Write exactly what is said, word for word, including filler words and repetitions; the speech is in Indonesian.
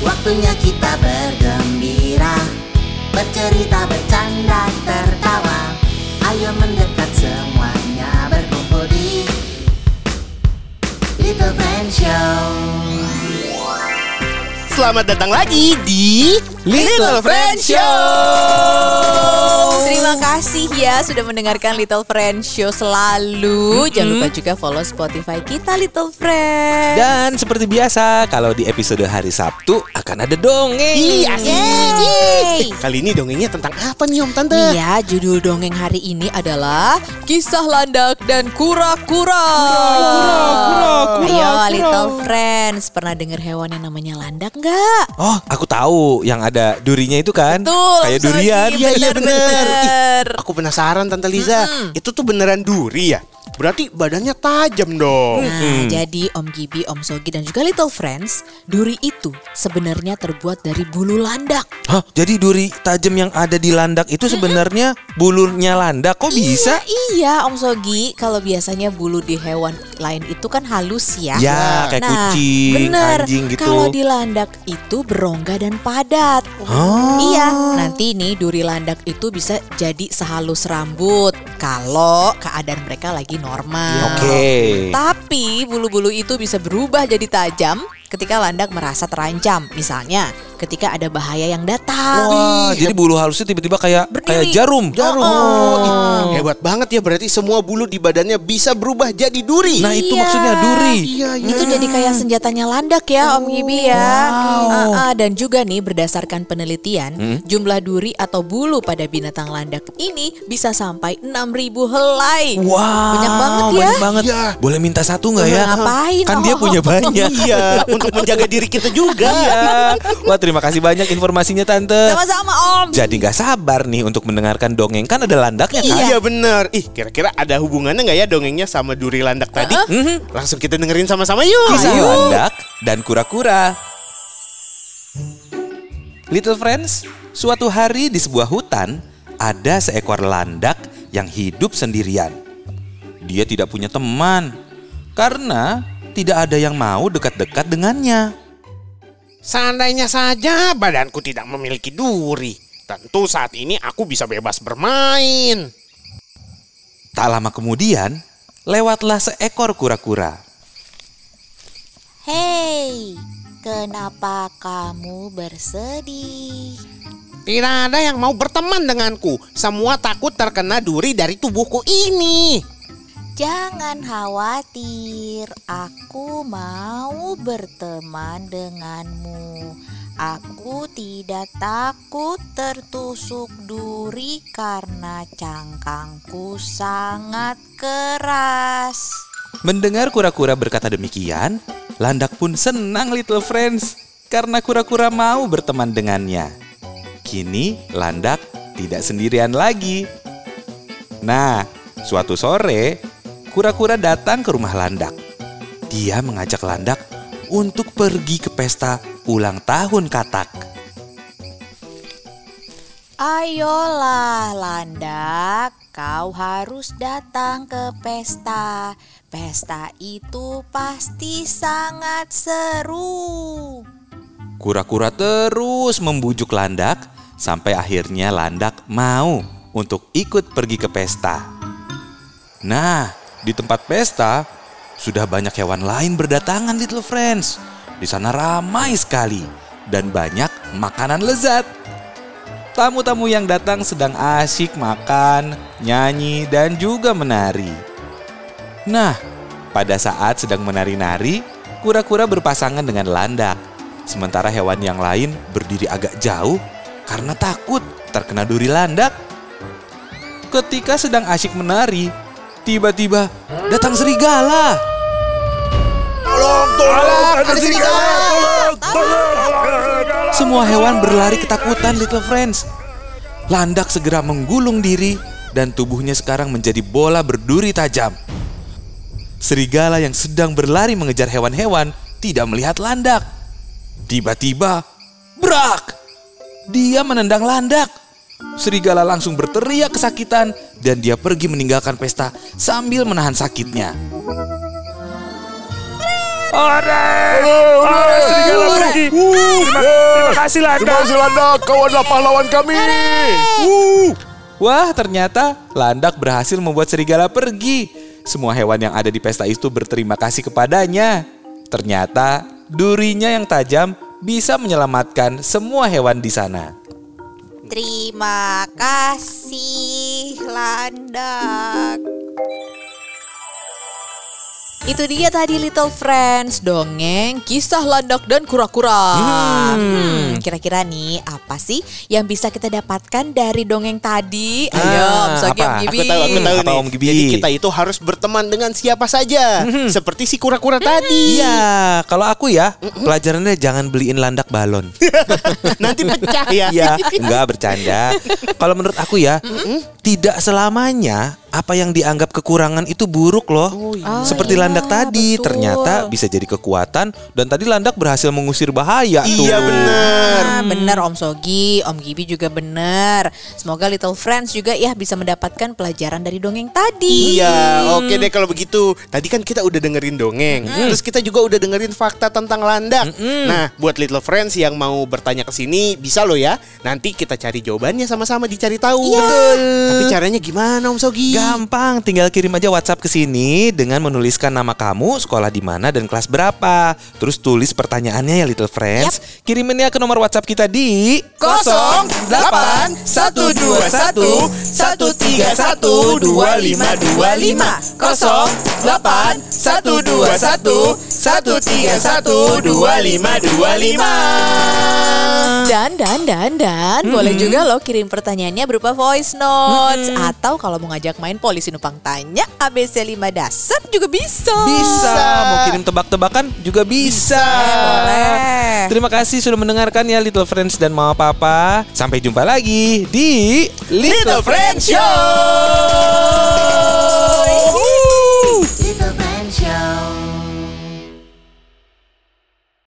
Waktunya kita bergembira, bercerita, bercanda, tertawa. Ayo mendekat semuanya, berkumpul di Little Friend Show. Selamat datang lagi di Little Friend Show. Terima kasih ya sudah mendengarkan Little Friend Show selalu. Mm-hmm. Jangan lupa juga follow Spotify kita Little Friend. Dan seperti biasa, kalau di episode hari Sabtu akan ada dongeng. Iya sih. Kali ini dongengnya tentang apa nih Om Tante? Iya, judul dongeng hari ini adalah Kisah Landak dan Kura-Kura. Kura-kura. Ayo Little Friends, pernah dengar hewan yang namanya landak nggak? Oh, aku tahu yang ada durinya itu kan? Betul. Kayak durian. Iya iya bener. bener. Ih, aku penasaran Tante Liza. Mm-mm. Itu tuh beneran duri ya? Berarti badannya tajam dong. Nah, Hmm. jadi Om Gibi, Om Sogi dan juga Little Friends, duri itu sebenarnya terbuat dari bulu landak. Hah, jadi duri tajam yang ada di landak itu sebenarnya bulunya landak. Kok bisa? Iya, iya Om Sogi. Kalau biasanya bulu di hewan lain itu kan halus ya. Ya, kayak nah, kucing, bener. anjing gitu. Kalau di landak itu berongga dan padat. Oh. Iya, nanti nih duri landak itu bisa jadi sehalus rambut kalau keadaan mereka lagi normal. Oke. Tapi bulu-bulu itu bisa berubah jadi tajam ketika landak merasa terancam. Misalnya ketika ada bahaya yang datang. Wah, jadi bulu halusnya tiba-tiba kayak Berdiri. kayak jarum. Jarum. Oh. Ih, hebat banget ya, berarti semua bulu di badannya bisa berubah jadi duri. Nah, itu Iya. maksudnya duri. Iya, iya. Itu jadi kayak senjatanya landak ya Om Gibi ya. Wow. Ah, ah, dan juga nih berdasarkan penelitian, Hmm? jumlah duri atau bulu pada binatang landak ini bisa sampai enam ribu helai. Wow, Banyak banget ya. banyak banget. Iya. Boleh minta satu nggak ya? Ngapain? Kan dia Oh. punya banyak. Iya, untuk menjaga diri kita juga. Iya. Wah, terima kasih banyak informasinya Tante. Sama-sama Om. Jadi gak sabar nih untuk mendengarkan dongeng, kan ada landaknya kan? Iya bener. Ih, kira-kira ada hubungannya nggak ya dongengnya sama duri landak tadi? Mhm. Langsung kita dengerin sama-sama yuk. Kisah Ayo. landak dan kura-kura. Little Friends, suatu hari di sebuah hutan ada seekor landak yang hidup sendirian. Dia tidak punya teman karena tidak ada yang mau dekat-dekat dengannya. Seandainya saja badanku tidak memiliki duri, tentu saat ini aku bisa bebas bermain. Tak lama kemudian, lewatlah seekor kura-kura. Hei, kenapa kamu bersedih? Tidak ada yang mau berteman denganku. Semua takut terkena duri dari tubuhku ini. Jangan khawatir, aku mau berteman denganmu. Aku tidak takut tertusuk duri karena cangkangku sangat keras. Mendengar kura-kura berkata demikian, landak pun senang Little Friends karena kura-kura mau berteman dengannya. Kini landak tidak sendirian lagi. Nah, suatu sore kura-kura datang ke rumah landak. Dia mengajak landak untuk pergi ke pesta ulang tahun katak. Ayolah landak, kau harus datang ke pesta. Pesta itu pasti sangat seru. Kura-kura terus membujuk landak sampai akhirnya landak mau untuk ikut pergi ke pesta. Nah, di tempat pesta sudah banyak hewan lain berdatangan Little Friends. Di sana ramai sekali dan banyak makanan lezat. Tamu-tamu yang datang sedang asyik makan, nyanyi, dan juga menari. Nah, pada saat sedang menari-nari, kura-kura berpasangan dengan landak. Sementara hewan yang lain berdiri agak jauh karena takut terkena duri landak. Ketika sedang asyik menari, tiba-tiba datang serigala. Tolong, tolong, ada serigala. Semua hewan berlari ketakutan Little Friends. Landak segera menggulung diri dan tubuhnya sekarang menjadi bola berduri tajam. Serigala yang sedang berlari mengejar hewan-hewan tidak melihat landak. Tiba-tiba, brak! Dia menendang landak. Serigala langsung berteriak kesakitan dan dia pergi meninggalkan pesta sambil menahan sakitnya. Ore! Ore serigala lagi. Terima, terima kasih Landak. Terima kasih Landak, kau adalah pahlawan kami. Uh. Wah, ternyata Landak berhasil membuat serigala pergi. Semua hewan yang ada di pesta itu berterima kasih kepadanya. Ternyata durinya yang tajam bisa menyelamatkan semua hewan di sana. Terima kasih, Landak. Itu dia tadi Little Friends, dongeng kisah Landak dan kura-kura. Hmm, kira-kira nih apa sih yang bisa kita dapatkan dari dongeng tadi? Ayo, Ah, Om Sogi, apa? Om Gibi. Aku tahu, aku tahu Apa, nih. Om Gibi? Jadi kita itu harus berteman dengan siapa saja. Seperti si kura-kura tadi. Iya, kalau aku ya, pelajarannya jangan beliin Landak balon. Nanti pecah ya. Iya, enggak bercanda. Kalau menurut aku ya, tidak selamanya apa yang dianggap kekurangan itu buruk loh. Seperti iya, Landak tadi, betul. ternyata bisa jadi kekuatan dan tadi Landak berhasil mengusir bahaya tuh. Iya bener. Ah, bener Om Sogi, Om Gibi juga bener. Semoga Little Friends juga ya bisa mendapatkan pelajaran dari dongeng tadi. Iya, oke deh kalau begitu. Tadi kan kita udah dengerin dongeng, terus kita juga udah dengerin fakta tentang Landak. Nah, buat Little Friends yang mau bertanya ke sini bisa loh ya. Nanti kita cari jawabannya sama-sama dicari tahu. Betul. Tapi caranya gimana Om Sogi? Gampang, tinggal kirim aja WhatsApp ke sini dengan menuliskan nama kamu, sekolah di mana dan kelas berapa. Terus tulis pertanyaannya ya Little Friends. Kiriminnya ke nomor WhatsApp kita di nol delapan satu dua satu satu tiga satu dua lima dua lima nol delapan satu dua satu satu tiga satu dua lima dua lima. Dan dan dan dan boleh juga lo kirim pertanyaannya berupa voice notes atau kalau mau ngajak main polisi numpang tanya A B C lima dasar juga bisa. Bisa, mau kirim tebak-tebakan juga bisa. Boleh. Terima kasih sudah mendengarkan ya Little Friends dan Mama Papa. Sampai jumpa lagi di Little Friends Show.